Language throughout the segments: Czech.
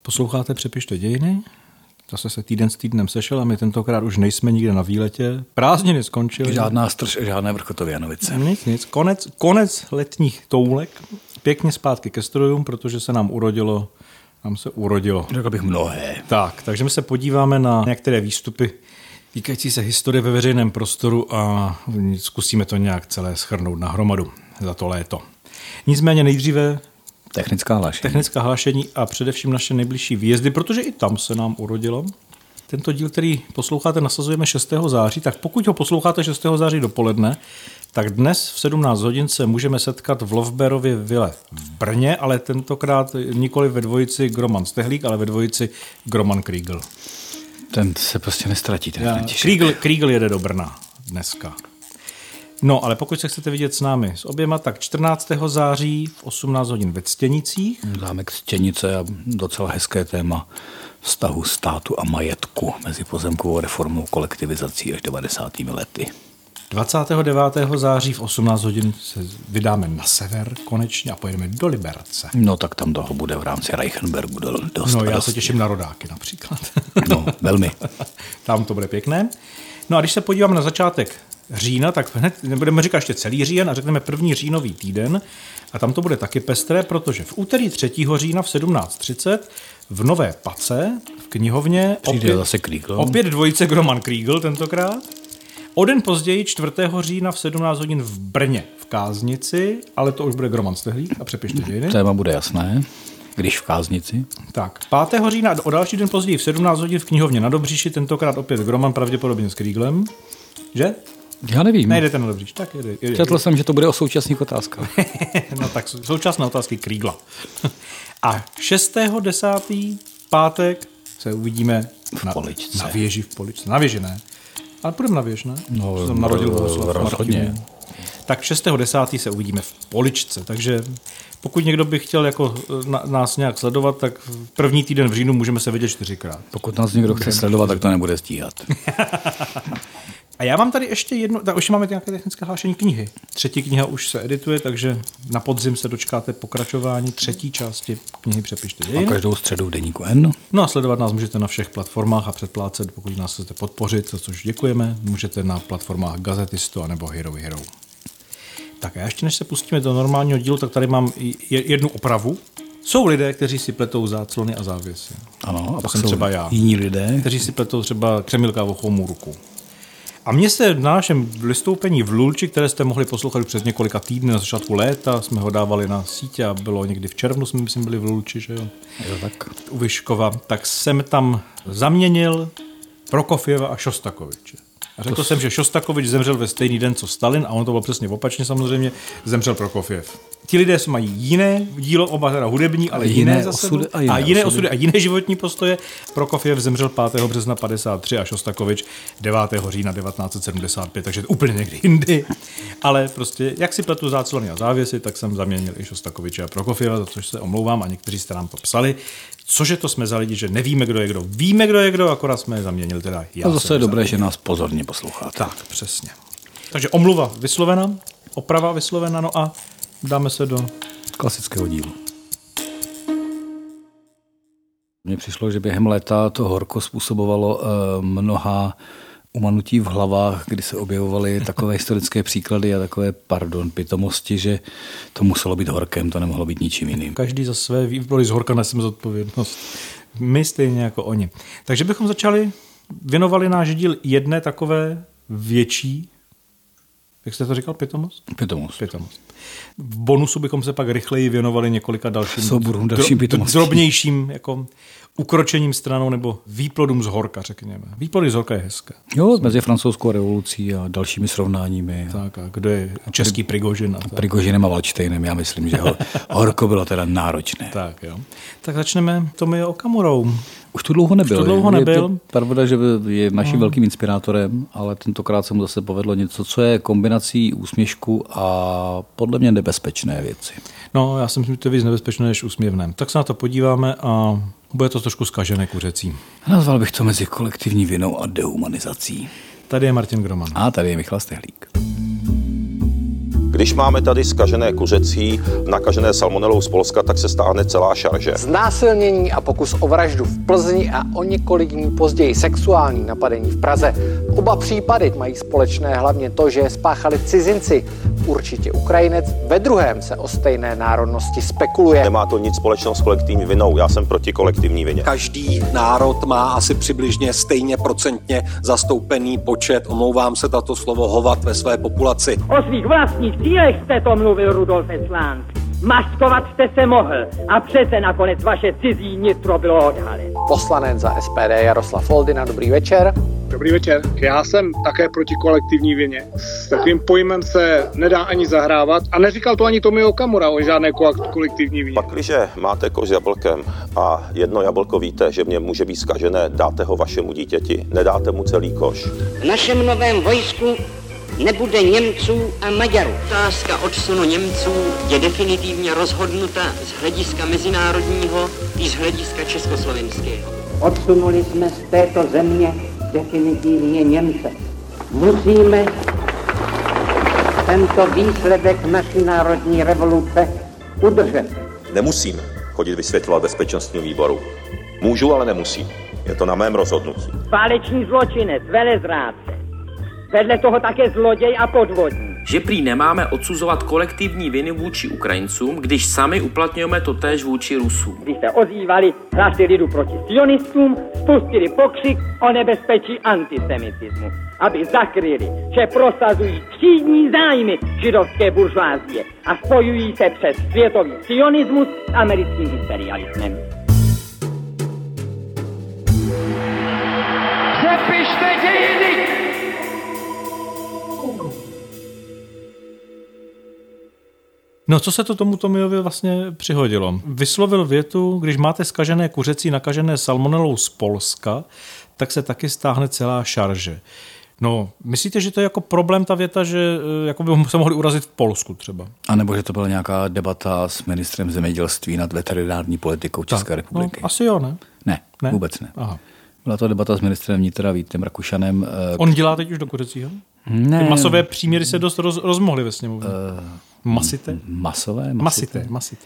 Posloucháte Přepište dějiny? Zase se týden s týdnem sešel a my tentokrát už nejsme nikde na výletě. Prázdniny skončily. Žádná strž, žádné Vrchotovy Janovice. Nic. Konec letních toulek. Pěkně zpátky ke strojům, protože se nám se urodilo. Řekl bych mnohé. Tak, takže my se podíváme na některé výstupy týkající se historie ve veřejném prostoru a zkusíme to nějak celé shrnout na hromadu za to léto. Nicméně nejdříve technická hlášení a především naše nejbližší výjezdy, protože i tam se nám urodilo. Tento díl, který posloucháte, nasazujeme 6. září, tak pokud ho posloucháte 6. září dopoledne, tak dnes v 17 hodin se můžeme setkat v Lovberově vile v Brně, ale tentokrát nikoli ve dvojici Groman-Stehlík, ale ve dvojici Groman-Kriegel. Ten se prostě nestratí. Kriegel jede do Brna dneska. No, ale pokud se chcete vidět s námi s oběma, tak 14. září v 18 hodin ve Ctěnicích. Zámek Ctěnice a docela hezké téma vztahu státu a majetku mezi pozemkovou reformou, kolektivizací až 90. lety. 29. září v 18 hodin se vydáme na sever konečně a pojedeme do Liberace. No tak tam toho bude v rámci Reichenbergu dost. No já se těším na rodáky například. No, velmi. Tam to bude pěkné. No a když se podíváme na začátek října, tak hned nebudeme říkat ještě celý říjen a řekneme první říjnový týden a tam to bude taky pestré, protože v úterý 3. října v 17:30 v Nové Pace v knihovně opět dvojice Groman-Kriegel tentokrát. O den později 4. října v 17 hodin v Brně v Káznici, ale to už bude Groman-Stehlík a Přepište dějiny. Téma bude jasné, když v Káznici. Tak, 5. října o další den později v 17 hodin v knihovně na Dobříši, tentokrát opět Groman, pravděpodobně s Krieglem. Že? Já nevím. Nejdete na Dobříš, tak jede. Četl jsem, že to bude o současných otázkách. No tak současné otázky Kriegla. A 6.10. pátek se uvidíme na věži v Poličce. Na věži ne. Ale půjdeme na věž, ne? No, jsem narodil rozhodně. Tak 6.10. se uvidíme v Poličce, takže pokud někdo by chtěl jako nás nějak sledovat, tak první týden v říjnu můžeme se vidět 4krát. Pokud nás někdo chce sledovat, tak to nebude stíhat. A já mám tady ještě jedno, tak už máme nějaké technické hlášení knihy. 3. kniha už se edituje, takže na podzim se dočkáte pokračování 3. části knihy Přepište dějiny. A každou středu v deníku N. No a sledovat nás můžete na všech platformách a předplácet, pokud nás chcete podpořit, za což děkujeme, můžete na platformách Gazetisto anebo Hero. Tak a ještě než se pustíme do normálního dílu, tak tady mám jednu opravu. Jsou lidé, kteří si pletou záclony a závěsy. Ano, a to jsem třeba já. Jiní lidé, kteří si pletou třeba křemilkávou můrku. A mně se na našem vystoupení v Lulči, které jste mohli poslouchat před několika týdny na začátku léta, jsme ho dávali na sítě a bylo někdy v červnu, jsme myslím byli v Lulči, že jo? Tak. U Vyškova, tak jsem tam zaměnil Prokofjeva a Šostakoviče. A řekl jsem, že Šostakovič zemřel ve stejný den, co Stalin, a ono to bylo přesně opačně samozřejmě, zemřel Prokofjev. Ti lidé mají jiné dílo, oba teda hudební, ale jiné osudy a jiné životní postoje. Prokofjev zemřel 5. března 53 a Šostakovič 9. října 1975, takže to úplně někdy jindy. Ale prostě, jak si pletu záclony a závěsy, tak jsem zaměnil i Šostakoviče a Prokofjeva, za což se omlouvám a někteří jste nám to psali. Cože to jsme za lidi, že nevíme, kdo je kdo. Víme, kdo je kdo, akorát jsme je zaměnili. Teda a zase je dobré, že nás pozorně posloucháte. Tak, přesně. Takže omluva vyslovena, oprava vyslovena, no a dáme se do klasického dílu. Mně přišlo, že během léta to horko způsobovalo mnoha umanutí v hlavách, kdy se objevovaly takové historické příklady a takové, pitomosti, že to muselo být horkem, to nemohlo být ničím jiným. Každý za své výbory z horka neseme zodpovědnost. My stejně jako oni. Takže bychom věnovali náš díl jedné takové větší, jak jste to říkal, pitomost? Pitomost. V bonusu bychom se pak rychleji věnovali několika dalším drobnějším jako ukročením stranou nebo výplodům z horka, řekněme. Výplody z horka je hezké. Jo, mezi francouzskou revolucí a dalšími srovnáními. Tak a kdo je český Prigožin? Prigožinem a Valdštejnem, já myslím, že horko bylo teda náročné. Tak jo. Tak začneme Tomio Okamurou. Už tu dlouho nebyl. Je pravda, že je naším velkým inspirátorem, ale tentokrát se mu zase povedlo něco, co je kombinací úsměšku a podle mě nebezpečné věci. No, já si myslím, že to je víc nebezpečné než úsměvné. Tak se na to podíváme a bude to trošku zkažené kuřecí. Nazval bych to mezi kolektivní vinou a dehumanizací. Tady je Martin Groman. A tady je Michal Stehlík. Když máme tady zkažené kuřecí, nakažené salmonelou z Polska, tak se stáhne celá šarže. Znásilnění a pokus o vraždu v Plzni a o několik dní později sexuální napadení v Praze. Oba případy mají společné hlavně to, že je spáchali cizinci. Určitě Ukrajinec, ve druhém se o stejné národnosti spekuluje. Nemá to nic společného s kolektivní vinou, já jsem proti kolektivní vině. Každý národ má asi přibližně stejně procentně zastoupený počet, omlouvám se tato slovo, hovat ve své populaci. O svých vlastních cílech jste to mluvil, Rudolfe Slánc. Maskovat jste se mohl a přece nakonec vaše cizí nitro bylo odhalit. Poslanec za SPD Jaroslav Foldyna, dobrý večer. Dobrý večer. Já jsem také proti kolektivní vině. S takovým pojmem se nedá ani zahrávat a neříkal to ani Tomio Okamura o žádné kolektivní vině. Pakliže máte koš s jablkem a jedno jablko víte, že v něm může být zkažené, dáte ho vašemu dítěti, nedáte mu celý koš. V našem novém vojsku nebude Němců a Maďarů. Otázka odsunu Němců je definitivně rozhodnuta z hlediska mezinárodního i z hlediska československého. Odsunuli jsme z této země definitivně Němce. Musíme tento výsledek naší národní revoluce udržet. Nemusím chodit vysvětlovat bezpečnostního výboru. Můžu, ale nemusím. Je to na mém rozhodnutí. Váleční zločinec, velezrádce. Vedle toho také zloděj a podvodník. Že prý nemáme odsuzovat kolektivní viny vůči Ukrajincům, když sami uplatňujeme totéž vůči Rusům. Když se ozývali hlasy lidu proti sionistům, spustili pokřik o nebezpečí antisemitismu, aby zakryli, že prosazují třídní zájmy židovské buržoázie a spojují se přes světový sionismus s americkým imperialismem. Přepište dějiny! No, co se to tomu Tomiovi vlastně přihodilo? Vyslovil větu, když máte zkažené kuřecí nakažené salmonelou z Polska, tak se taky stáhne celá šarže. No, myslíte, že to je jako problém ta věta, že jako by se mohli urazit v Polsku třeba? A nebo že to byla nějaká debata s ministrem zemědělství nad veterinární politikou České republiky? No, asi jo, ne? Ne, vůbec ne. Aha. Byla to debata s ministrem vnitra Vítem Rakušanem. On dělá teď už do kuřecího? Ne. Ty masové příměry se dost rozmohly ve sněmovně. Masité? Masité.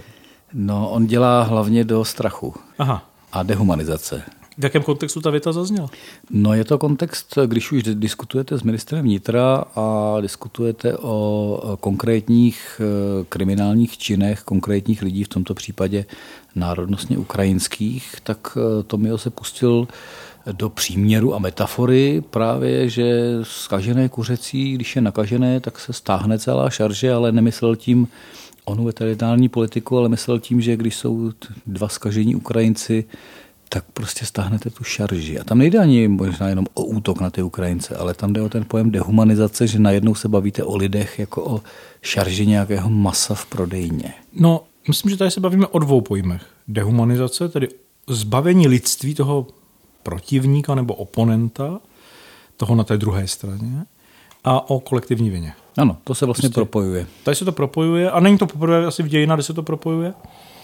No, on dělá hlavně do strachu. Aha. A dehumanizace. V jakém kontextu ta věta zazněla? No, je to kontext, když už diskutujete s ministrem vnitra a diskutujete o konkrétních kriminálních činech, konkrétních lidí, v tomto případě národnostně ukrajinských, tak Tomio se pustil do příměru a metafory právě, že zkažené kuřecí, když je nakažené, tak se stáhne celá šarže, ale nemyslel tím onu veterinární politiku, ale myslel tím, že když jsou dva zkažení Ukrajinci, tak prostě stáhnete tu šarži. A tam nejde ani možná jenom o útok na ty Ukrajince, ale tam jde o ten pojem dehumanizace, že najednou se bavíte o lidech jako o šarži nějakého masa v prodejně. No, myslím, že tady se bavíme o dvou pojmech. Dehumanizace, tedy zbavení lidství toho protivníka nebo oponenta, toho na té druhé straně, a o kolektivní vině. Ano, to se vlastně propojuje. Tady se to propojuje a není to poprvé asi v dějinách, kde se to propojuje,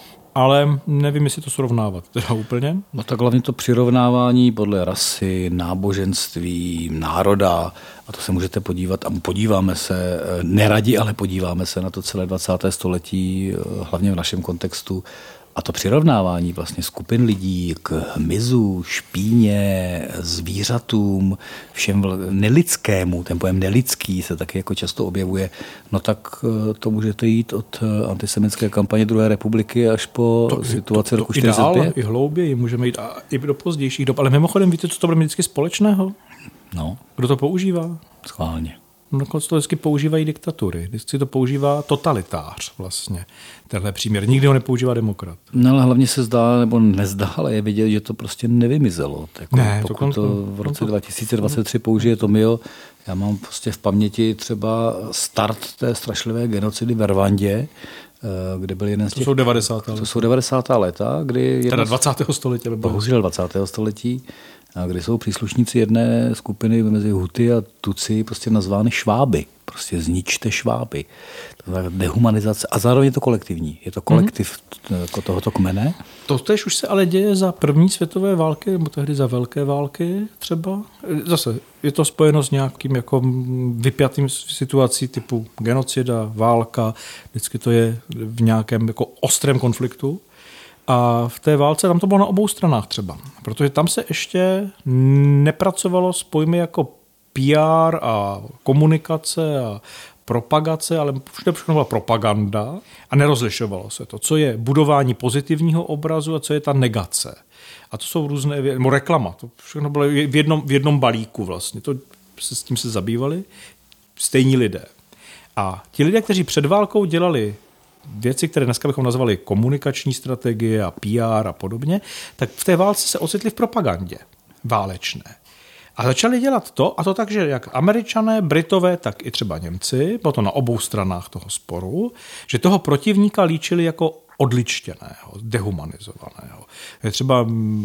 ale nevím, jestli to srovnávat teda úplně. No tak hlavně to přirovnávání podle rasy, náboženství, národa, a to se můžete podívat, a podíváme se, neradi, ale podíváme se na to celé 20. století, hlavně v našem kontextu. A to přirovnávání vlastně skupin lidí k hmyzu, špíně, zvířatům, všem nelidskému, ten pojem nelidský se taky jako často objevuje, no tak to můžete jít od antisemitské kampaně druhé republiky až po situaci roku 45. I hlouběji, můžeme jít i do pozdějších dob. Ale mimochodem, víte, co to bude vždycky společného? No. Kdo to používá? Schválně. Nakonec to vždycky používají diktatury. Vždycky to používá totalitář vlastně. Tenhle příměr. Nikdy ho nepoužívá demokrat. No ale hlavně se zdá, nebo nezdá, ale je vidět, že to prostě nevymizelo. Pokud to v roce 2023 použije Tomio, já mám prostě v paměti třeba start té strašlivé genocidy v Rwandě, kde byl jeden z těch... To jsou 90. To jsou 90. léta, kdy... Teda 20. století. Bohužel 20. století, a kde jsou příslušníci jedné skupiny mezi Huty a Tutsi prostě nazvány šváby. Prostě zničte šváby. Dehumanizace. A zároveň je to kolektivní. Je to kolektiv tohoto kmene. Totéž už se ale děje za první světové války, nebo tehdy za velké války třeba. Zase je to spojeno s nějakým jako vypjatým situací typu genocida, válka. Vždycky to je v nějakém jako ostrém konfliktu. A v té válce tam to bylo na obou stranách třeba. Protože tam se ještě nepracovalo s pojmy jako PR a komunikace a propagace, ale všude všechno byla propaganda a nerozlišovalo se to, co je budování pozitivního obrazu a co je ta negace. A to jsou různé, reklama, to všechno bylo v jednom balíku vlastně. S tím se zabývali stejní lidé. A ti lidé, kteří před válkou dělali věci, které dneska bychom nazvali komunikační strategie a PR a podobně, tak v té válce se ocitli v propagandě válečné. A začali dělat to, a to tak, že jak Američané, Britové, tak i třeba Němci, bylo to na obou stranách toho sporu, že toho protivníka líčili jako odličtěného, dehumanizovaného. Třeba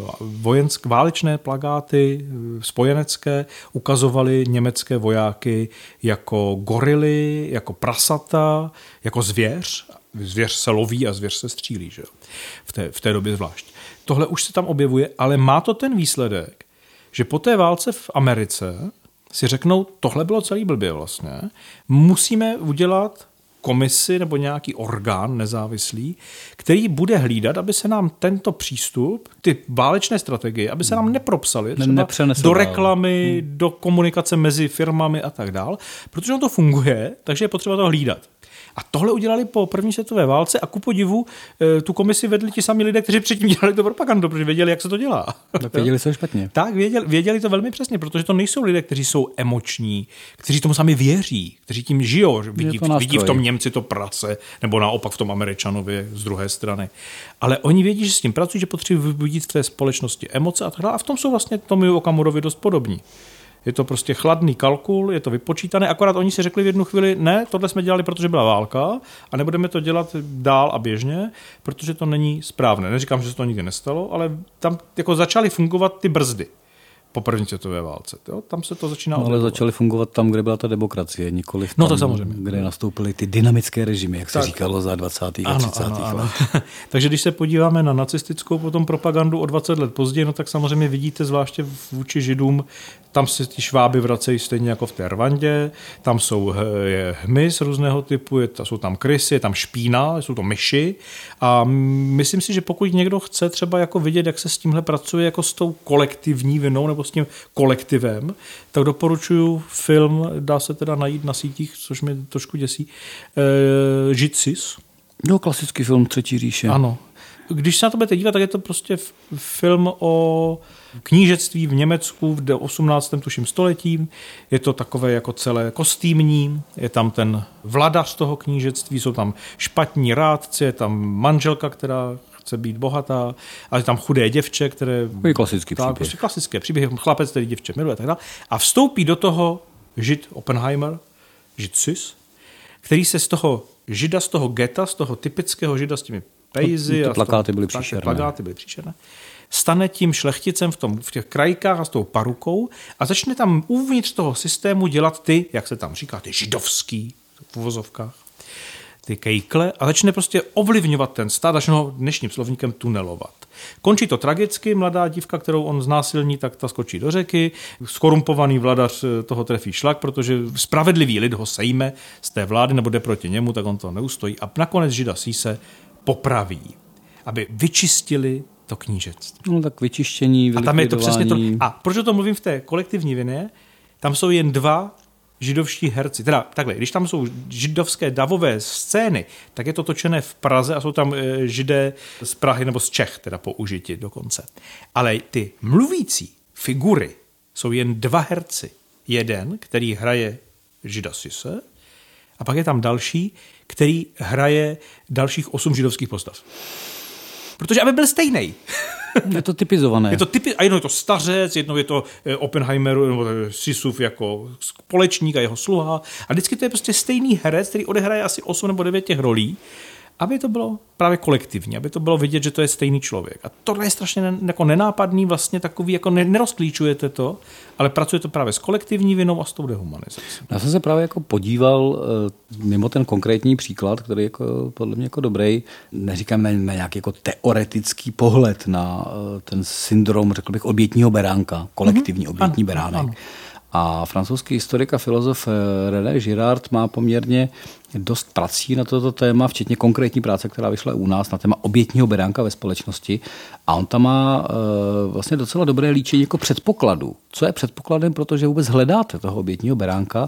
válečné plakáty spojenecké ukazovaly německé vojáky jako gorily, jako prasata, jako zvěř. Zvěř se loví a zvěř se střílí, že? V té době zvlášť. Tohle už se tam objevuje, ale má to ten výsledek, že po té válce v Americe si řeknou, tohle bylo celý blbě vlastně, musíme udělat komisi nebo nějaký orgán nezávislý, který bude hlídat, aby se nám tento přístup, ty válečné strategie, aby se nám nepropsaly třeba do reklamy, do komunikace mezi firmami a tak dál, protože on to funguje, takže je potřeba to hlídat. A tohle udělali po první světové válce a ku podivu tu komisi vedli ti sami lidé, kteří předtím dělali to propagandu, protože věděli, jak se to dělá. Tak věděli se špatně. Tak, věděli to velmi přesně, protože to nejsou lidé, kteří jsou emoční, kteří tomu sami věří, kteří tím žijou, vidí v tom Němci to prase, nebo naopak v tom Američanovi z druhé strany. Ale oni vědí, že s tím pracují, že potřebují vybudit v té společnosti emoce a tak dále. A v tom jsou vlastně Tomio Okamurovi dost podobní. Je to prostě chladný kalkul, je to vypočítané, akorát oni si řekli v jednu chvíli, ne, tohle jsme dělali, protože byla válka a nebudeme to dělat dál a běžně, protože to není správné. Neříkám, že se to nikdy nestalo, ale tam jako začaly fungovat ty brzdy po první světové válce. Jo? Tam se to začíná ale začaly fungovat tam, kde byla ta demokracie, nikoliv tam, kde nastoupily ty dynamické režimy, jak se říkalo za 20. a 30. let. Takže když se podíváme na nacistickou potom propagandu o 20 let později, no tak samozřejmě vidíte zvláště vůči Židům, tam se ty šváby vracejí stejně jako v té Rwandě, tam jsou hmyz různého typu, jsou tam krysy, je tam špína, jsou to myši a myslím si, že pokud někdo chce třeba jako vidět, jak se s tímhle pracuje jako s tou kolektivní vinou nebo s tím kolektivem, tak doporučuji film, dá se teda najít na sítích, což mě trošku děsí, Židsis. No, klasický film Třetí říše. Ano. Když se na to budete dívat, tak je to prostě film o knížectví v Německu v 18. tuším století. Je to takové jako celé kostýmní, je tam ten vladař toho knížectví, jsou tam špatní rádci, je tam manželka, která chce být bohatá, ale tam chudé děvče, které... Klasický příběh. Prostě klasické příběhy, chlapec, který děvče miluje a tak dále. A vstoupí do toho Žid Oppenheimer, Židsis, který se z toho Žida, z toho geta, z toho typického Žida s těmi pejzy ty plakáty byly příšerné. Stane tím šlechticem v těch krajkách a s tou parukou a začne tam uvnitř toho systému dělat ty, jak se tam říká, ty židovský v uvozovkách, ty kejkle a začne prostě ovlivňovat ten stát, začne ho dnešním slovníkem tunelovat. Končí to tragicky, mladá dívka, kterou on znásilní, tak ta skočí do řeky, skorumpovaný vladař toho trefí šlak, protože spravedlivý lid ho sejme z té vlády nebo jde proti němu, tak on to neustojí a nakonec Žida se popraví, aby vyčistili to knížectví. No tak vyčištění, a tam je to přesně to. A proč o tom mluvím v té kolektivní vině? Tam jsou jen dva židovští herci. Teda takhle, když tam jsou židovské davové scény, tak je to točené v Praze a jsou tam Židé z Prahy nebo z Čech teda použiti dokonce. Ale ty mluvící figury jsou jen dva herci. Jeden, který hraje Žida Sise, a pak je tam další, který hraje dalších 8 židovských postav. Protože aby byl stejnej. Je to typizované. A jednou je to stařec, jednou je to Oppenheimer nebo Sisův jako společník a jeho sluha. A vždycky to je prostě stejný herec, který odehraje asi 8 nebo 9 těch rolí. aby to bylo právě kolektivní, aby to bylo vidět, že to je stejný člověk. A tohle je strašně jako nenápadný, vlastně takový, jako nerozklíčujete to, ale pracuje to právě s kolektivní vinou a s tou dehumanizací. Já jsem se právě jako podíval mimo ten konkrétní příklad, který je jako podle mě jako dobrý, neříkám na nějaký jako teoretický pohled na ten syndrom, řekl bych, obětního beránka, kolektivní obětní beránek. Ano. A francouzský historik a filozof René Girard má poměrně dost prací na toto téma, včetně konkrétní práce, která vyšla u nás na téma obětního beránka ve společnosti. A on tam má vlastně docela dobré líčení jako předpokladu. Co je předpokladem, protože vůbec hledáte toho obětního beránka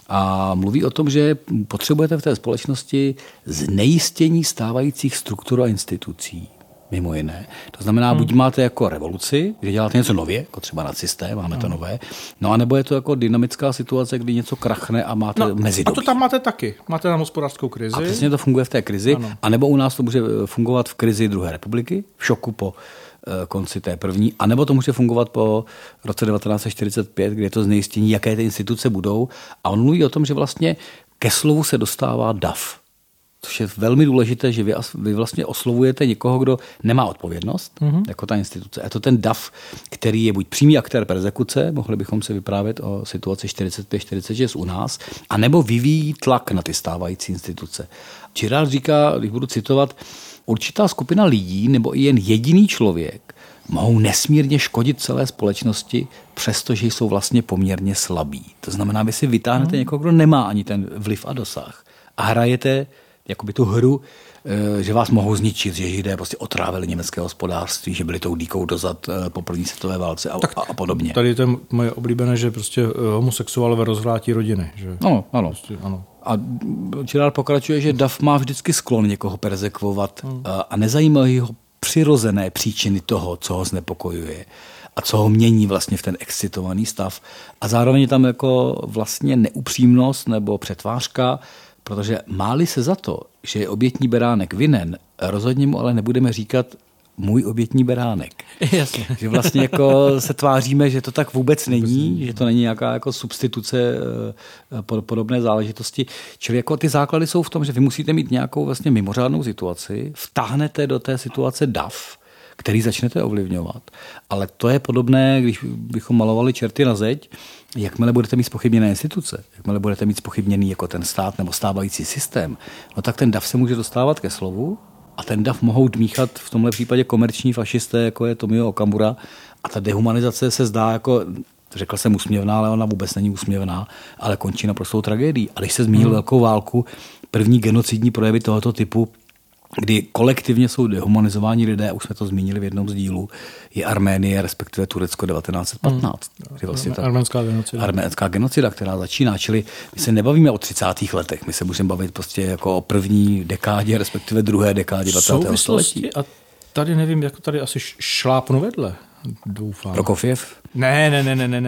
a mluví o tom, že potřebujete v té společnosti znejistění stávajících struktur a institucí. Mimo jiné. To znamená, buď máte jako revoluci, že děláte něco nově, jako třeba nacisté, máme to nové, no a nebo je to jako dynamická situace, kdy něco krachne a máte mezidobí. A to tam máte taky. Máte tam hospodářskou krizi. A přesně to funguje v té krizi. Ano. A nebo u nás to může fungovat v krizi druhé republiky, v šoku po konci té první, a nebo to může fungovat po roce 1945, kdy je to znejistění, jaké ty instituce budou. A on mluví o tom, že vlastně ke slovu se dostává dav. Což je velmi důležité, že vy vlastně oslovujete někoho, kdo nemá odpovědnost, jako ta instituce. A to ten dav, který je buď přímý aktér perzekuce, mohli bychom si vyprávět o situaci 45-46 u nás, anebo vyvíjí tlak na ty stávající instituce. Girard říká, když budu citovat, určitá skupina lidí nebo i jen jediný člověk mohou nesmírně škodit celé společnosti, přestože jsou vlastně poměrně slabí. To znamená, vy si vytáhnete někoho, kdo nemá ani ten vliv a dosah a hrajete jakoby tu hru, že vás mohou zničit, že Židé prostě otrávili německé hospodářství, že byli tou dýkou dozad po první světové válce a podobně. Tady to je moje oblíbené, že prostě homosexuálové rozvrátí rodiny. Že? Ano. Prostě, ano. A Girard pokračuje, že dav má vždycky sklon někoho perzekvovat a nezajímají ho přirozené příčiny toho, co ho znepokojuje a co ho mění vlastně v ten excitovaný stav. A zároveň je tam jako vlastně neupřímnost nebo přetvářka, protože máli se za to, že je obětní beránek vinen, rozhodně mu ale nebudeme říkat můj obětní beránek. Jasně. Že vlastně jako se tváříme, že to tak vůbec není, že to není nějaká jako substituce podobné záležitosti. Čili jako ty základy jsou v tom, že vy musíte mít nějakou vlastně mimořádnou situaci, vtáhnete do té situace dav, který začnete ovlivňovat. Ale to je podobné, když bychom malovali čerty na zeď, jakmile budete mít zpochybněné instituce, jakmile budete mít zpochybněný jako ten stát nebo stávající systém, no tak ten dav se může dostávat ke slovu a ten dav mohou dmíchat v tomhle případě komerční fašisté, jako je Tomio Okamura, a ta dehumanizace se zdá jako, řekl jsem úsměvná, ale ona vůbec není úsměvná, ale končí naprostou tragédií. A když se zmínil velkou válku, první genocidní projevy tohoto typu, kdy kolektivně jsou dehumanizováni lidé, už jsme to zmínili v jednom z dílů, je Arménie, respektive Turecko 1915. Vlastně arménská genocida, která začíná. Čili my se nebavíme o 30. letech, my se můžeme bavit prostě jako o první dekádě, respektive druhé dekádě 20. století. A tady nevím, jako tady asi šlápnu vedle. Doufám. Prokofiev? Ne.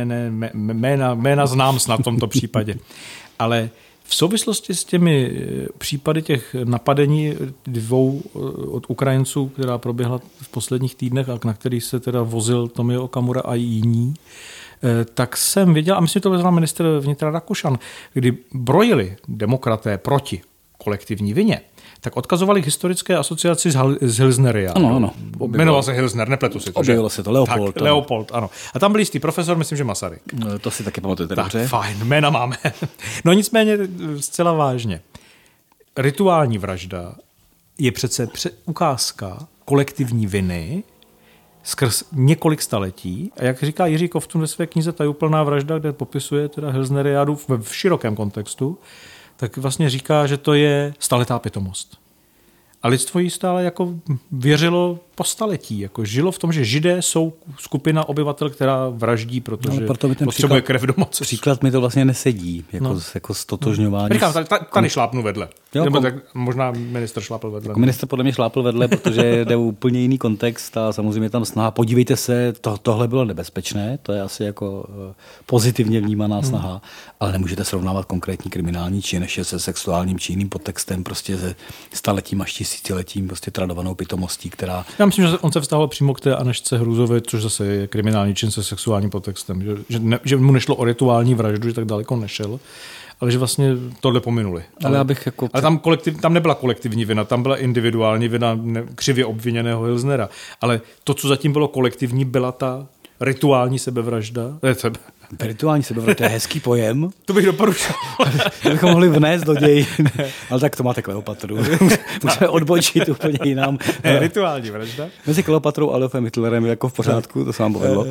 Jména znám snad v tomto případě. Ale v souvislosti s těmi případy těch napadení dvou od Ukrajinců, která proběhla v posledních týdnech a na který se teda vozil Tomio Okamura a jiní, tak jsem věděl, a myslím, to vezl ministr vnitra Rakušan, kdy brojili demokraté proti kolektivní vině, tak odkazovali k historické asociaci z Hilsneria. Ano. Jmenoval se Hilsner, nepletu si to. Objevilo se to, Leopold. Tak, Leopold, ano. A tam byl jistý profesor, myslím, že Masaryk. To si taky pamatujete tak, dobře. Fajn, jména máme. No nicméně zcela vážně. Rituální vražda je přece ukázka kolektivní viny skrz několik staletí. A jak říká Jiří Koftun ve své knize Tajuplná vražda, kde popisuje teda Hilsneriádu v širokém kontextu, tak vlastně říká, že to je staletá pitomost. A lidstvo jí stále jako věřilo po staletí, jako žilo v tom, že Židé jsou skupina obyvatel, která vraždí, protože potřebuje krev do moci. Příklad mi to vlastně nesedí, jako stotožňování. Říkám, tady šlápnu vedle. Nebo tak možná ministr šlápl vedle. Jako ministr podle mě šlápl vedle, protože jde úplně jiný kontext a samozřejmě tam snaha. Podívejte se, tohle bylo nebezpečné, to je asi jako pozitivně vnímaná snaha, ale nemůžete srovnávat konkrétní kriminální čin než se sexuálním či jiným podtextem, prostě se staletím až tisíciletím prostě tradovanou pitomostí, která Já myslím, že on se vztahoval přímo k té Anežce Hrůzové, což zase je kriminální čin se sexuálním podtextem. Že mu nešlo o rituální vraždu, že tak daleko nešel, ale že vlastně tohle pominuli. Ale tam nebyla kolektivní vina, tam byla individuální vina křivě obviněného Hilsnera. Ale to, co zatím bylo kolektivní, byla ta rituální sebevražda. Rituální sebevražda, to je hezký pojem. To bych doporučil. To bychom mohli vnést do dějin. Ale tak to máte Kleopatru. Můžeme odbočit úplně jinam. Rituální vražda. Mezi Kleopatrou a Adolfem Hitlerem jako v pořádku, to se vám povedlo.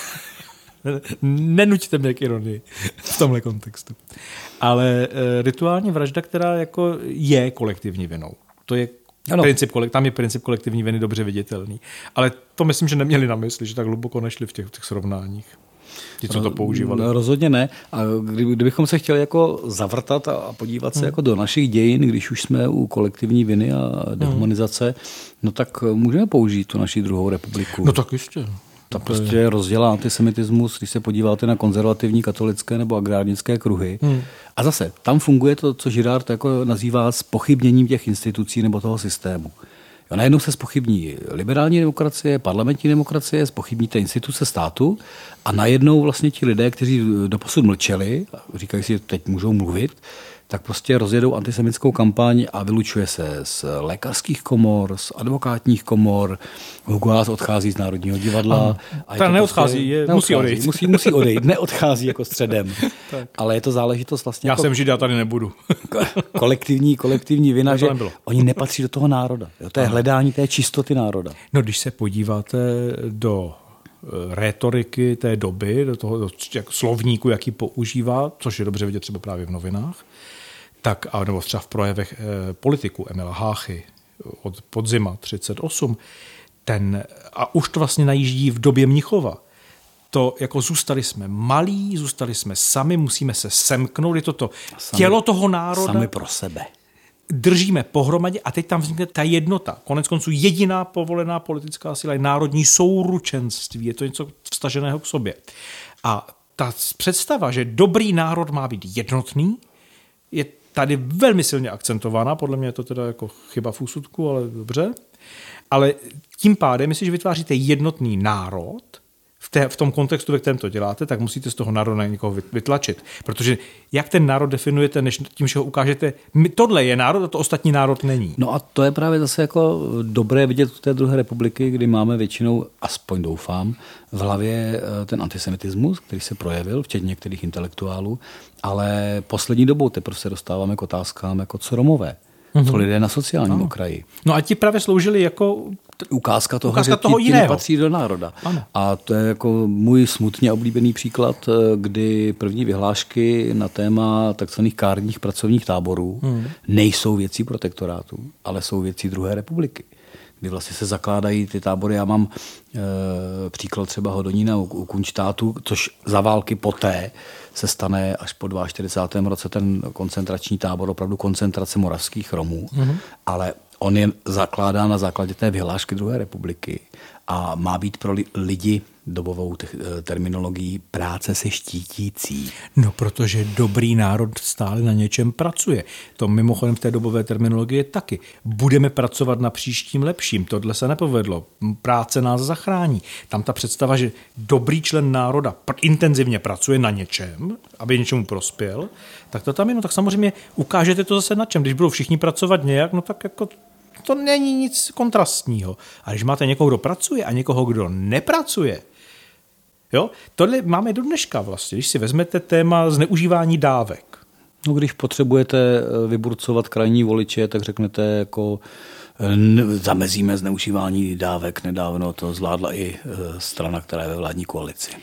Nenuďte mě k ironii v tomhle kontextu. Ale rituální vražda, která jako je kolektivní vinou. To je tam je princip kolektivní viny dobře viditelný. Ale to myslím, že neměli na mysli, že tak hluboko nešli v těch srovnáních. Ti, co to používali. No, rozhodně ne. A kdybychom se chtěli jako zavrtat a podívat se jako do našich dějin, když už jsme u kolektivní viny a dehumanizace, no tak můžeme použít tu naši druhou republiku. No tak jistě. Ta prostě rozdělá antisemitismus, když se podíváte na konzervativní katolické nebo agrárnické kruhy. A zase, tam funguje to, co Girard jako nazývá zpochybněním těch institucí nebo toho systému. Jo, najednou se zpochybní liberální demokracie, parlamentní demokracie, zpochybní té instituce státu a najednou vlastně ti lidé, kteří doposud mlčeli, říkají si, že teď můžou mluvit, tak prostě rozjedou antisemitskou kampaň a vylučuje se z lékařských komor, z advokátních komor. Hugo Haas odchází z Národního divadla. Ta neodchází, musí odejít. Musí odejít, neodchází jako středem. Ale je to záležitost vlastně... Já jsem Žid, já tady nebudu. kolektivní vina, že oni nepatří do toho národa. Jo, to je hledání té čistoty národa. No, když se podíváte do rétoriky té doby, do toho slovníku, jaký používá, což je dobře vidět třeba právě v novinách, tak, nebo třeba v projevech politiku Emila Háchy od podzima 1938, a už to vlastně najíždí v době Mnichova. To jako zůstali jsme malí, zůstali jsme sami, musíme se semknout, je to tělo toho národa. Sami pro sebe. Držíme pohromadě a teď tam vznikne ta jednota. Konec konců jediná povolená politická síla je národní souručenství, je to něco vztaženého k sobě. A ta představa, že dobrý národ má být jednotný, je tady velmi silně akcentována, podle mě je to teda jako chyba v úsudku, ale dobře. Ale tím pádem, jestliže vytváříte jednotný národ, v tom kontextu, ve kterém to děláte, tak musíte z toho národa někoho vytlačit. Protože jak ten národ definujete, než tím, že ho ukážete, tohle je národ a to ostatní národ není. No a to je právě zase jako dobré vidět v té druhé republiky, kdy máme většinou, aspoň doufám, v hlavě ten antisemitismus, který se projevil, včetně některých intelektuálů, ale poslední dobou teprve se dostáváme k otázkám, jako co Romové, co lidé na sociálním okraji. No a ti právě sloužili jako ukázka toho, že ti nepatří do národa. Ano. A to je jako můj smutně oblíbený příklad, kdy první vyhlášky na téma takzvaných kárních pracovních táborů nejsou věcí protektorátu, ale jsou věcí druhé republiky, kdy vlastně se zakládají ty tábory. Já mám příklad třeba Hodonína u Kunštátu, což za války poté se stane až po 42. roce ten koncentrační tábor, opravdu koncentrace moravských Romů, ale on je zakládá na základě té vyhlášky druhé republiky a má být pro lidi dobovou terminologií práce se štítící. No, protože dobrý národ stále na něčem pracuje. To mimochodem v té dobové terminologii je taky. Budeme pracovat na příštím lepším. Tohle se nepovedlo. Práce nás zachrání. Tam ta představa, že dobrý člen národa intenzivně pracuje na něčem, aby něčemu prospěl, tak to tam je. No tak samozřejmě ukážete to zase na čem. Když budou všichni pracovat nějak, no tak jako to není nic kontrastního. A když máte někoho, kdo pracuje a někoho, kdo nepracuje, jo, tohle máme do dneška vlastně, když si vezmete téma zneužívání dávek. No, když potřebujete vyburcovat krajní voliče, tak řeknete jako zamezíme zneužívání dávek. Nedávno to zvládla i strana, která je ve vládní koalici.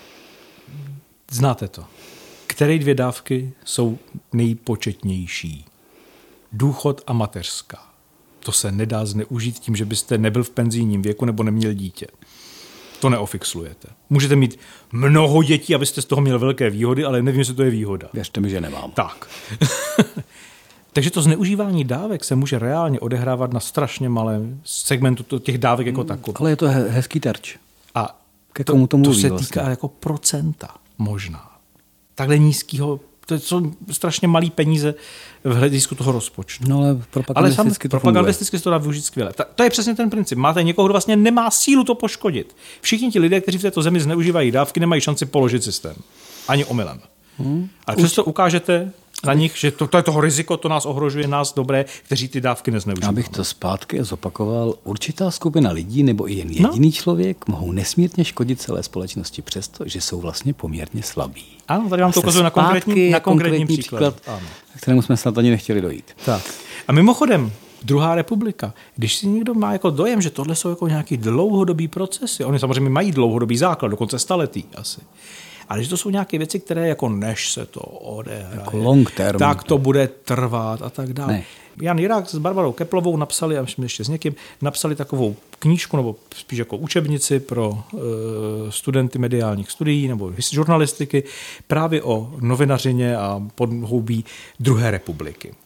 Znáte to. Které dvě dávky jsou nejpočetnější? Důchod a mateřská. To se nedá zneužít tím, že byste nebyl v penzijním věku nebo neměl dítě. To neofixlujete. Můžete mít mnoho dětí, abyste z toho měl velké výhody, ale nevím, jestli to je výhoda. Věřte mi, že nemám. Tak. Takže to zneužívání dávek se může reálně odehrávat na strašně malém segmentu těch dávek jako takových. Ale je to hezký terč. A ke komu to mluví se vlastně? Týká jako procenta možná. Takhle nízkého To jsou strašně malý peníze v hledisku toho rozpočtu. No ale propagandisticky se to dá využít skvěle. To je přesně ten princip. Máte někoho, kdo vlastně nemá sílu to poškodit. Všichni ti lidé, kteří v této zemi zneužívají dávky, nemají šanci položit systém. Ani omylem. Ale přesto ukážete na nich, že to je toho riziko, to nás ohrožuje, nás dobré, kteří ty dávky nezneužívají. Abych to zpátky zopakoval, určitá skupina lidí nebo i jen jediný člověk mohou nesmírně škodit celé společnosti přesto, že jsou vlastně poměrně slabí. Ano, tady vám to ukazuje na konkrétním příklad, kterému jsme snad ani nechtěli dojít. Tak. A mimochodem, druhá republika, když si někdo má jako dojem, že tohle jsou jako nějaký dlouhodobý procesy, oni samozřejmě mají dlouhodobý základ, dokonce staletý asi. Ale že to jsou nějaké věci, které jako než se to odehraje, jako long term, tak to bude trvat a tak dále. Ne. Jan Jirák s Barbarou Keplovou napsali, a ještě s někým, napsali takovou knížku, nebo spíš jako učebnici pro studenty mediálních studií nebo žurnalistiky právě o novinařině a podhoubí druhé republiky.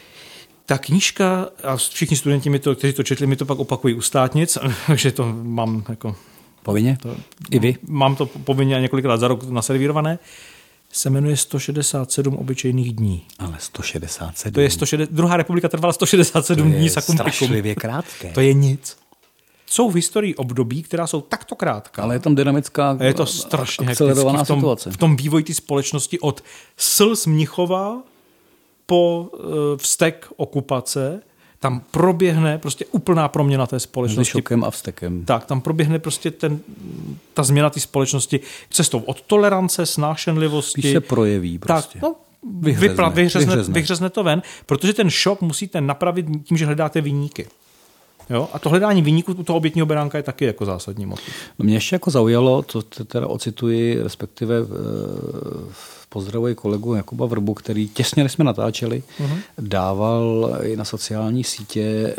Ta knížka, a všichni studenti, kteří to četli, mi to pak opakují u státnic, takže to mám jako... Povinně? I vy? Mám to povinně několikrát za rok naservírované. Se jmenuje 167 obyčejných dní. Ale 167? To je druhá republika trvala 167 dní s akumpikum. Strašlivě krátké. To je nic. Jsou v historii období, která jsou takto krátká. Ale je tam dynamická, je to strašně akcelerovaná situace. V tom vývoji té společnosti od Slz Mnichova po vztek okupace, tam proběhne prostě úplná proměna té společnosti. Mezi šokem a vztekem. Tak, tam proběhne prostě ta změna té společnosti cestou od tolerance, snášenlivosti. Když se projeví prostě. Tak, no, vyhřezne to ven, protože ten šok musíte napravit tím, že hledáte viníky. Jo? A to hledání viníků u toho obětního beránka je taky jako zásadní motiv. No mě ještě jako zaujalo, to teda ocituji, respektive pozdravuji kolegu Jakuba Vrbu, který těsně, než jsme natáčeli, dával i na sociální sítě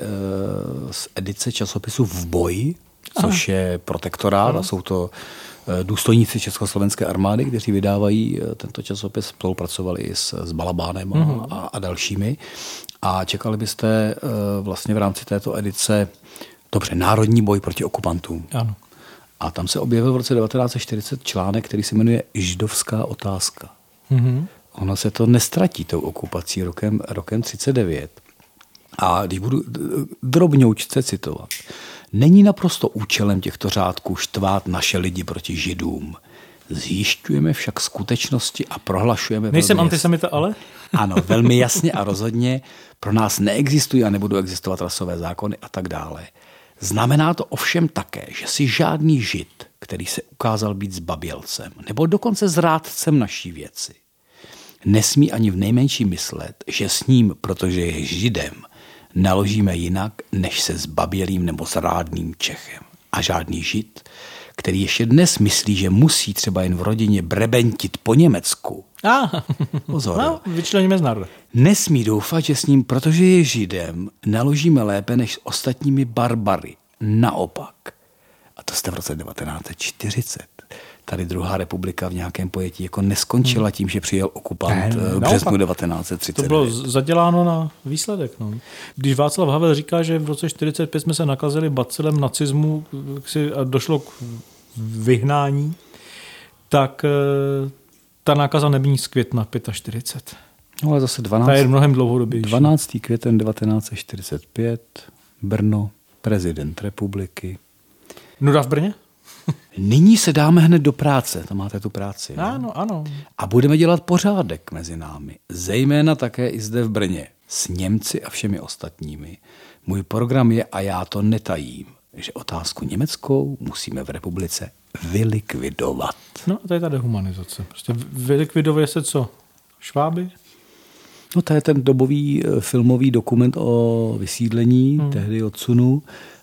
z edice časopisu V boji, což je protektorát a jsou to důstojníci Československé armády, kteří vydávají tento časopis, spolupracovali i s Balabánem a dalšími. A čekali byste vlastně v rámci této edice národní boj proti okupantům. Ano. A tam se objevil v roce 1940 článek, který se jmenuje Židovská otázka. Ono se to nestratí tou okupací rokem 39. A když budu drobňoučce citovat, není naprosto účelem těchto řádků štvát naše lidi proti Židům. Zjišťujeme však skutečnosti a prohlašujeme... Nejsem antisemita, ale? Ano, velmi jasně a rozhodně. Pro nás neexistují a nebudou existovat rasové zákony a tak dále. Znamená to ovšem také, že si žádný Žid, který se ukázal být zbabělcem nebo dokonce zrádcem naší věci, nesmí ani v nejmenším myslet, že s ním, protože je Židem, naložíme jinak, než se zbabělým nebo zrádným Čechem. A žádný Žid, který ještě dnes myslí, že musí třeba jen v rodině brebentit po Německu. Pozor. No, vyčleníme z národa. Nesmí doufat, že s ním, protože je Židem, naložíme lépe než s ostatními barbary. Naopak. A to jste v roce 1940. Tady druhá republika v nějakém pojetí jako neskončila tím, že přijel okupant v březnu 1939. To bylo zaděláno na výsledek. No. Když Václav Havel říká, že v roce 1945 jsme se nakazili bacilem nacismu a došlo k vyhnání, tak ta nákaza nebyní z května 45. No ale zase 12. květen 1945, Brno, prezident republiky. Nuda v Brně? Nyní se dáme hned do práce, tam máte tu práci. Ano. A budeme dělat pořádek mezi námi, zejména také i zde v Brně, s Němci a všemi ostatními. Můj program je, a já to netajím, že otázku německou musíme v republice vylikvidovat. No a to je ta dehumanizace. Prostě vylikviduje se co? Šváby? No to je ten dobový filmový dokument o vysídlení, tehdy odsunu,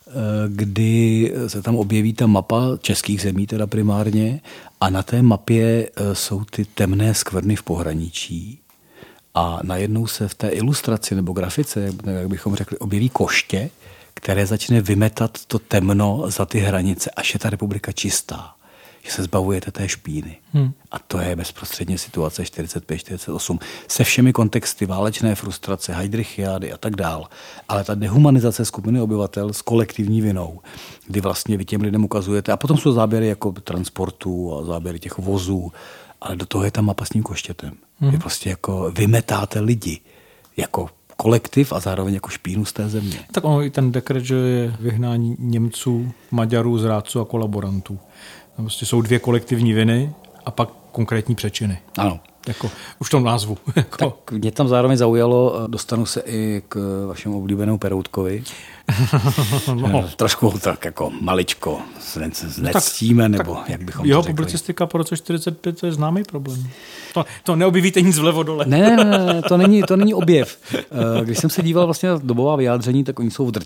kdy se tam objeví ta mapa českých zemí, teda primárně, a na té mapě jsou ty temné skvrny v pohraničí. A najednou se v té ilustraci nebo grafice, jak bychom řekli, objeví koště, které začne vymetat to temno za ty hranice, až je ta republika čistá. Že se zbavujete té špíny. A to je bezprostředně situace 45-48 se všemi kontexty válečné frustrace, heidrichiády a tak dál. Ale ta dehumanizace skupiny obyvatel s kolektivní vinou, kdy vlastně vy těm lidem ukazujete, a potom jsou záběry jako transportů a záběry těch vozů Ale do toho je ta mapa s tím koštětem. Vy prostě jako vymetáte lidi jako kolektiv a zároveň jako špínu z té země. Tak ono i ten dekret, že je vyhnání Němců, Maďarů, zrádců a kolaborantů. Prostě jsou 2 kolektivní viny a pak konkrétní přečiny. Ano. Jako, už v tom názvu. Jako. Tak mě tam zároveň zaujalo, dostanu se i k vašemu oblíbenému Peroutkovi. No. Trošku tak jako maličko znectíme, nebo tak jak bychom jeho to řekli. publicistika po roce 45 to je známý problém. To neobjevíte nic vlevo dole. Ne, to není objev. Když jsem se díval vlastně na dobová vyjádření, tak oni jsou v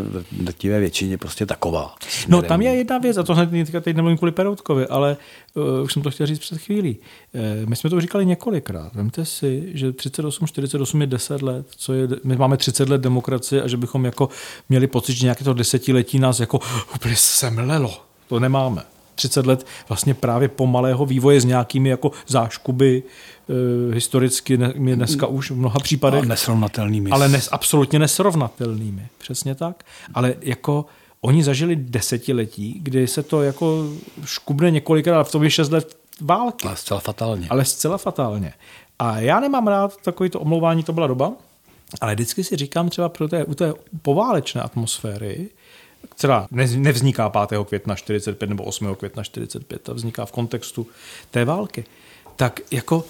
drtivé většině prostě taková. No tam je jedna věc, a to teď nemluvím kvůli Peroutkovi, ale už jsem to chtěl říct před chvílí. My jsme to říkali několikrát. Vemte si, že 38-48 je 10 let, my máme 30 let demokracie a že bychom jako měli pocit, že nějaké to desetiletí nás jako úplně semlelo. To nemáme. 30 let vlastně právě pomalého vývoje s nějakými jako záškuby historicky dneska už v mnoha případech. Nesrovnatelnými. Ale absolutně nesrovnatelnými. Přesně tak. Ale jako oni zažili desetiletí, kdy se to jako škubne několikrát, v tom je 6 let války. Ale zcela fatálně. A já nemám rád takovýto omlouvání, to byla doba, ale vždycky si říkám třeba u té poválečné atmosféry, která nevzniká 5. května 45 nebo 8. května 45, ta vzniká v kontextu té války, tak jako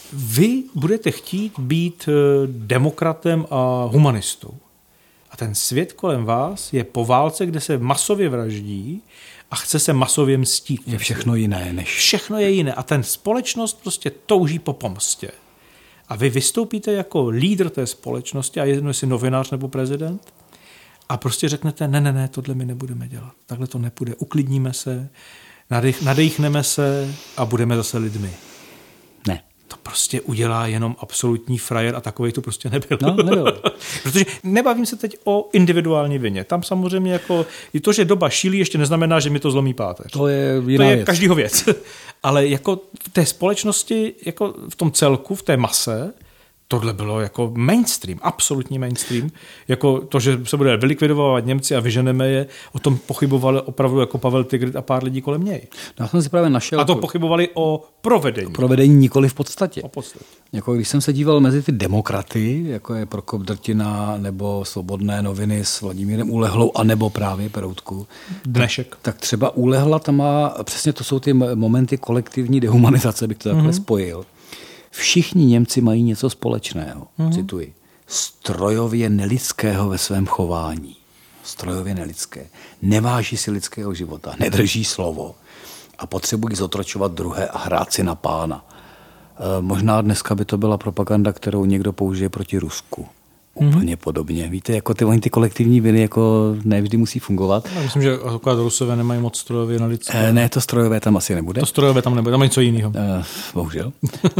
vy budete chtít být demokratem a humanistou. A ten svět kolem vás je po válce, kde se masově vraždí a chce se masově mstít. Je všechno jiné. Všechno je jiné. A ten společnost prostě touží po pomstě. A vy vystoupíte jako lídr té společnosti, a jedno jestli novinář nebo prezident, a prostě řeknete, ne, tohle my nebudeme dělat. Takhle to nepůjde. Uklidníme se, nadechneme se a budeme zase lidmi. Ne. To prostě udělá jenom absolutní frajer a takovej to prostě nebyl. No, nebyl. Protože nebavím se teď o individuální vině. Tam samozřejmě jako i to, že doba šílí, ještě neznamená, že mi to zlomí páteř. To je jiná věc. Každýho věc. Ale jako v té společnosti, jako v tom celku, v té mase, tohle bylo jako mainstream, absolutní mainstream. Jako to, že se bude vylikvidovat Němci a vyženeme je, o tom pochybovali opravdu jako Pavel Tigrit a pár lidí kolem něj. Já jsem si právě našel. A to pochybovali o provedení. O provedení nikoli v podstatě. O podstatě. Jako když jsem se díval mezi ty demokraty, jako je Prokop Drtina nebo Svobodné noviny s Vladimírem Úlehlou, anebo právě Peroutku. Dnešek. Tak třeba Úlehla tam má, přesně to jsou ty momenty kolektivní dehumanizace, bych to takhle spojil. Všichni Němci mají něco společného, cituji, strojově nelidského ve svém chování. Strojově nelidské. Neváží si lidského života, nedrží slovo a potřebují zotročovat druhé a hrát si na pána. Možná dneska by to byla propaganda, kterou někdo použije proti Rusku. Úplně podobně. Víte, jako ty kolektivní viny jako nevždy musí fungovat. Já myslím, že akorát Rusové nemají moc strojově na lidské. Ne, to strojové tam asi nebude. To strojové tam nebude, tam je něco jiného. Bohužel.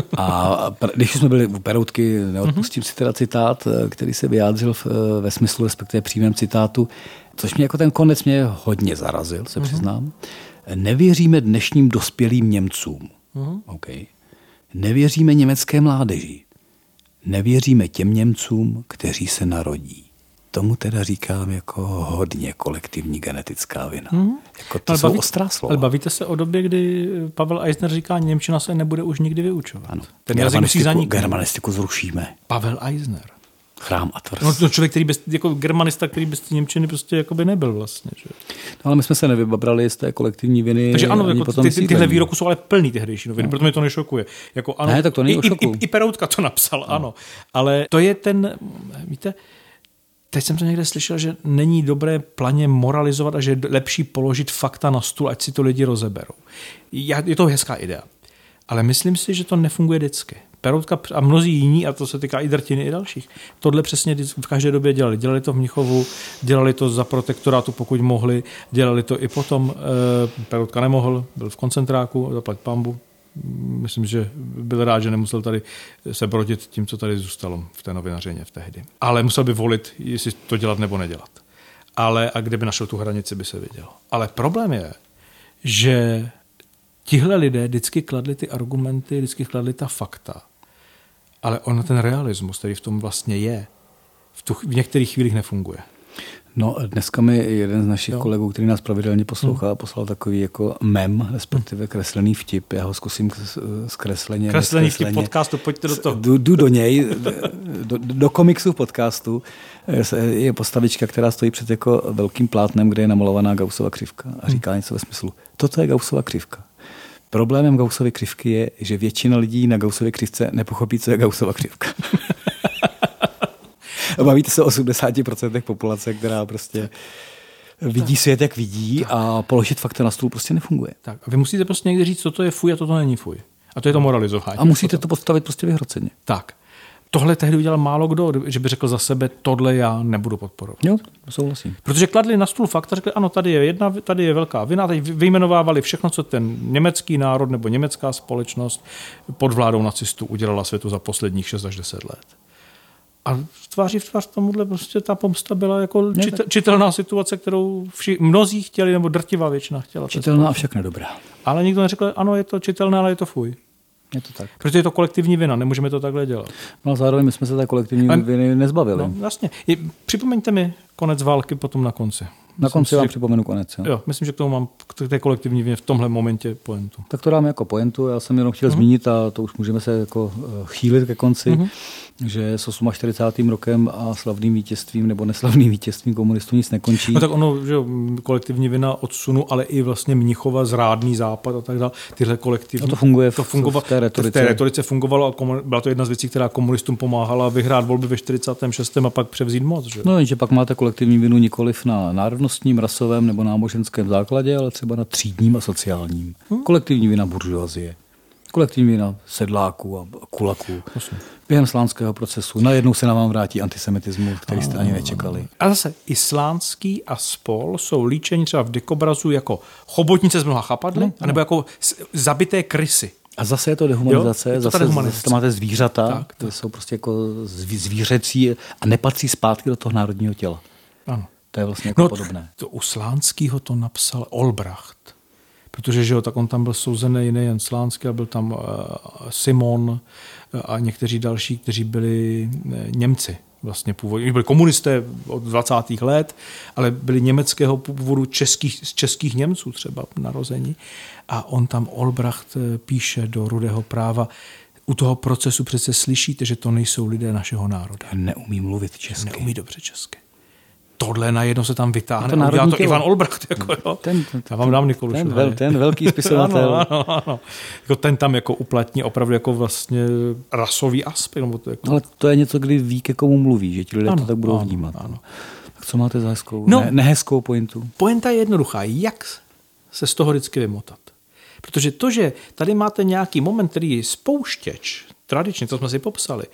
A když jsme byli u Peroutky, neodpustím si teda citát, který se vyjádřil ve smyslu, respektive přímém citátu, což mě jako ten konec mě hodně zarazil, se přiznám. Nevěříme dnešním dospělým Němcům. Okay. Nevěříme německé mládeži. Nevěříme těm Němcům, kteří se narodí. Tomu teda říkám jako hodně kolektivní genetická vina. Jako to jsou ostrá slova. Ale bavíte se o době, kdy Pavel Eisner říká, němčina se nebude už nikdy vyučovat. Ano. Ten jazyk musí zaniknout. Germanistiku zrušíme. Pavel Eisner. Chrám a tvrz. No to člověk, který jako germanista, který bez němčiny prostě jako by nebyl vlastně. Že? No, ale my jsme se nevybabrali z té kolektivní viny. Takže ano, jako tyhle výroky jsou ale plný tehdejší noviny, proto mě to nešokuje. Jako, ano, ne, tak to není o šoku. I Peroutka to napsal, ano. Ale to je ten, víte, teď jsem to někde slyšel, že není dobré planě moralizovat a že je lepší položit fakta na stůl, ať si to lidi rozeberou. Je to hezká idea. Ale myslím si, že to nefunguje vždycky. Peroutka a mnozí jiní, a to se týká i Drtiny i dalších, tohle přesně v každé době dělali. Dělali to v Mnichovu, dělali to za protektorátu, pokud mohli, dělali to i potom. Peroutka nemohl, byl v koncentráku, zaplať pambu. Myslím, že byl rád, že nemusel tady se brodit tím, co tady zůstalo v té novinařině v tehdy. Ale musel by volit, jestli to dělat nebo nedělat. A kde by našel tu hranici, by se viděl. Ale problém je, že tihle lidé vždycky kladli ty argumenty, vždycky kladli ta fakta. Ale ten realismus, který v tom vlastně je, v některých chvílích nefunguje. No, dneska mi jeden z našich kolegů, který nás pravidelně poslouchá, poslal takový jako mem, respektive kreslený vtip. Já ho zkusím zkresleně. Kreslený vtip podcastu, pojďte do toho. Jdu do něj, do komiksu podcastu. Je postavička, která stojí před jako velkým plátnem, kde je namalovaná Gaussova křivka a říká něco ve smyslu. Toto je Gaussova křivka. Problémem Gaussovy křivky je, že většina lidí na Gaussově křivce nepochopí, co je Gaussova křivka. Bavíte se o 80% populace, která prostě vidí svět, jak vidí a položit fakta na stůl prostě nefunguje. Tak a vy musíte prostě někdy říct, co to je fuj a toto není fuj. A to je to moralizování. A musíte to postavit prostě vyhroceně. Tak. Tohle tehdy udělal málo kdo, že by řekl za sebe, tohle já nebudu podporovat. Jo, souhlasím. Protože kladli na stůl fakt a řekli, ano, tady je velká vina, teď vyjmenovávali všechno, co ten německý národ nebo německá společnost pod vládou nacistů udělala světu za posledních 6 až 10 let. A tváří v tvář tomuhle prostě ta pomsta byla jako čitelná situace, kterou mnozí chtěli, nebo drtivá většina chtěla. Čitelná a však nedobrá. Ale nikdo neřekl, ano, je to čitelné, ale je to fuj. Je to tak. Protože je to kolektivní vina, nemůžeme to takhle dělat. No a zároveň my jsme se té kolektivní viny nezbavili. No, jasně. Připomeňte mi konec války potom na konci. Na konci vám připomenu konec. Jo, myslím, že k tomu mám k té kolektivní vině v tomhle momentě pointu. Tak to dáme jako pointu. Já jsem jenom chtěl zmínit, a to už můžeme se jako chýlit ke konci, že s 48. rokem a slavným vítězstvím nebo neslavným vítězstvím komunistů nic nekončí. No tak ono, že kolektivní vina odsunu, ale i vlastně Mnichova, zrádný západ a tak dále. Tyhle kolektivní. A to funguje v té retorice. V té retorice fungovalo a byla to jedna z věcí, která komunistům pomáhala vyhrát volby ve 46. a pak převzít moc. Že? No, jenže pak máte kolektivní vinu nikoliv na národnostním, rasovém nebo náboženském základě, ale třeba na třídním a sociálním. Kolektivní vina buržoazie. Kolektivní vina sedláků a kulaků. Během slánského procesu najednou se na vám vrátí antisemitismus, který jste ani nečekali. A zase Islánský a spol jsou líčeni třeba v dikobrazu jako chobotnice z mnoha chapadly, anebo jako zabité krysy. A zase je to dehumanizace, zase máte zvířata, které jsou prostě jako zvířecí a nepatří zpátky do toho národního těla. Ano. To je vlastně jako podobné. To u Slánskýho to napsal Olbracht. Protože že jo, tak on tam byl souzený nejen Slánský, ale byl tam Simon a někteří další, kteří byli Němci. Vlastně původně. Byli komunisté od 20. let, ale byli německého původu českých Němců třeba narození. A on tam Olbracht píše do Rudého práva, u toho procesu přece slyšíte, že to nejsou lidé našeho národa. Neumí mluvit česky. Neumí dobře česky. Tohle najednou se tam vytáhne. Udělá to Ivan Olbracht. Jako, jo. Já vám dám Nikolu. Ten velký spisovatel. ano. Jako ten tam jako uplatní opravdu jako vlastně rasový aspekt. Jako... Ale to je něco, kdy ví, ke komu mluví, že ti lidé to tak budou vnímat. Ano. Tak co máte za hezkou, nehezkou pointu? Pointa je jednoduchá. Jak se z toho vždycky vymotat? Protože to, že tady máte nějaký moment, který je spouštěč, tradičně, co jsme si popsali,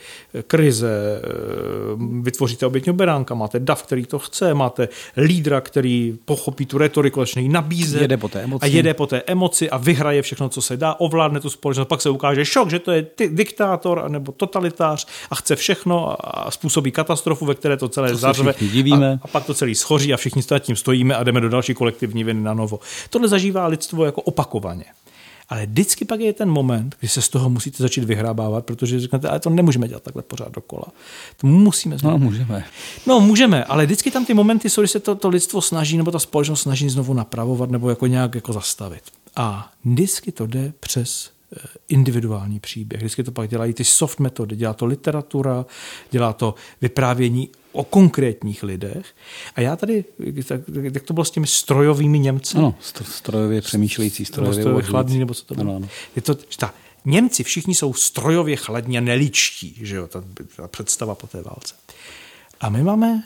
krize, vytvoříte obětního beránka, máte dav, který to chce, máte lídra, který pochopí tu retoriku, začne ji nabízet jede po té emoci a vyhraje všechno, co se dá, ovládne tu společnost, pak se ukáže šok, že to je diktátor nebo totalitář a chce všechno a způsobí katastrofu, ve které to celé zařve a pak to celé schoří a všichni s tím stojíme a jdeme do další kolektivní viny na novo. Tohle zažívá lidstvo jako opakovaně. Ale vždycky pak je ten moment, kdy se z toho musíte začít vyhrábávat, protože říkáte, ale to nemůžeme dělat takhle pořád dokola. To musíme znovu. No, můžeme, ale vždycky tam ty momenty jsou, když se to lidstvo snaží, nebo ta společnost snaží znovu napravovat, nebo jako nějak jako zastavit. A vždycky to jde přes individuální příběh. Vždycky to pak dělají ty soft metody, dělá to literatura, dělá to vyprávění o konkrétních lidech. A já tady, jak to bylo s těmi strojovými Němci? Ano, strojově přemýšlející, strojově chladní, nebo co to bylo? Ano. Je to, Němci všichni jsou strojově chladní a neličtí, že jo, ta představa po té válce. A my máme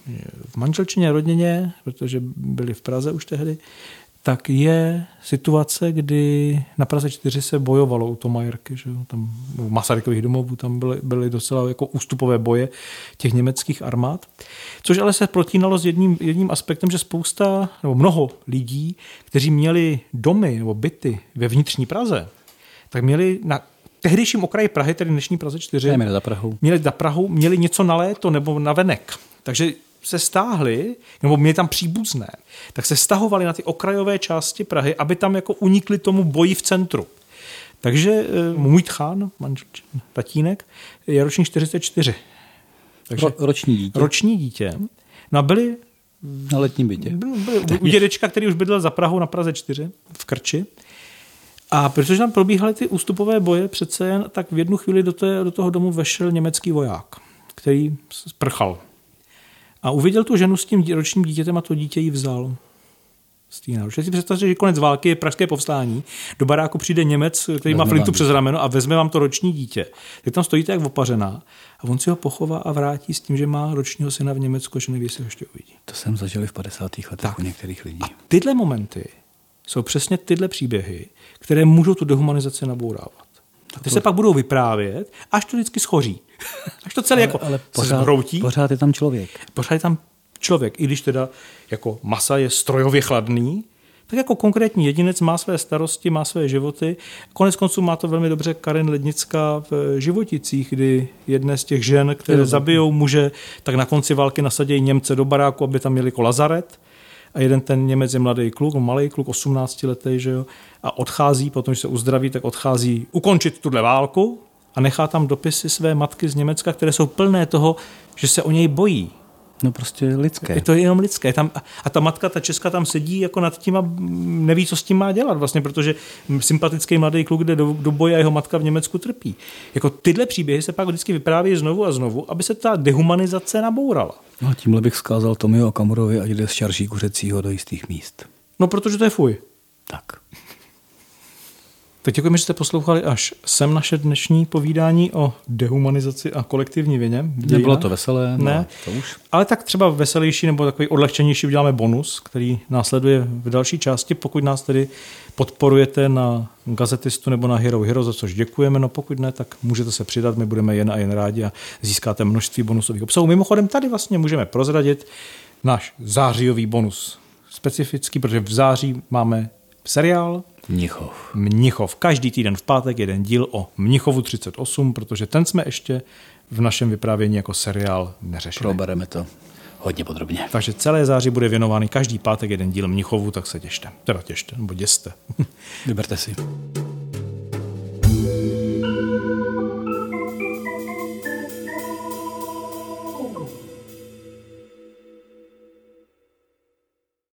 v manželčině rodině, protože byli v Praze už tehdy, tak je situace, kdy na Praze 4 se bojovalo u Tomajerky, že jo? Tam u Masarykových domovů tam byly docela jako ústupové boje těch německých armád, což ale se protínalo s jedním aspektem, že spousta nebo mnoho lidí, kteří měli domy nebo byty ve vnitřní Praze, tak měli na tehdejším okraji Prahy, tedy dnešní Praze 4, měli za Prahu, měli něco na léto nebo na venek. Takže se stáhli, nebo měli tam příbuzné, tak se stahovali na ty okrajové části Prahy, aby tam jako unikli tomu boji v centru. Takže můj tchán, tatínek, je ročník 44. Takže roční dítě. Roční dítě. No a byli na letním bytě. Byli u dědečka, který už bydlel za Prahou na Praze 4 v Krči. A protože tam probíhaly ty ústupové boje přece jen, tak v jednu chvíli do toho domu vešel německý voják, který prchal. A uviděl tu ženu s tím ročním dítětem a to dítě jí vzal. Když si představte, že konec války je pražské povstání, do baráku přijde Němec, který má flintu přes rameno a vezme vám to roční dítě. Tak tam stojíte jak opařená a on si ho pochová a vrátí s tím, že má ročního syna v Německu, že neví, jestli ho ještě uvidí. To jsem zažil v 50. letech u některých lidí. A tyhle momenty jsou přesně tyhle příběhy, které můžou tu dehumanizaci nabourávat. A ty se pak budou vyprávět, až to vždycky schoří. Až to celé ale pořád je tam člověk. Pořád je tam člověk, i když teda jako masa je strojově chladný, tak jako konkrétní jedinec má své starosti, má své životy. Konec konců má to velmi dobře Karin Lednická v Životicích, kdy jedné z těch žen, které zabijou muže, tak na konci války nasadějí Němce do baráku, aby tam měli jako lazaret. A jeden ten Němec je mladý kluk, malý kluk, 18 letý, že jo, a odchází, potom, když se uzdraví, tak odchází ukončit tuhle válku a nechá tam dopisy své matky z Německa, které jsou plné toho, že se o něj bojí. No prostě lidské. Je to jenom lidské. A ta matka, ta česká tam sedí jako nad tím a neví, co s tím má dělat vlastně, protože sympatický mladý kluk jde do boje a jeho matka v Německu trpí. Jako tyhle příběhy se pak vždycky vypráví znovu a znovu, aby se ta dehumanizace nabourala. No a tímhle bych vzkázal Tomio Okamurovi, ať jde z šarží kuřecího do jistých míst. No protože to je fuj. Tak. Tak děkujeme, že jste poslouchali až sem naše dnešní povídání o dehumanizaci a kolektivní vině. Nebylo to veselé, ne. To už. Ale tak třeba veselější nebo takový odlehčenější uděláme bonus, který následuje v další části, pokud nás tedy podporujete na Gazetistu nebo na Hero, za což děkujeme, no pokud ne, tak můžete se přidat, my budeme jen a jen rádi a získáte množství bonusových obsahů. Mimochodem tady vlastně můžeme prozradit náš zářijový bonus specifický, protože v září máme seriál Mnichov. Každý týden v pátek jeden díl o Mnichovu 38, protože ten jsme ještě v našem vyprávění jako seriál neřešili. Probereme to hodně podrobně. Takže celé září bude věnovaný každý pátek jeden díl Mnichovu, tak se těšte. Nebo děste. Vyberte si.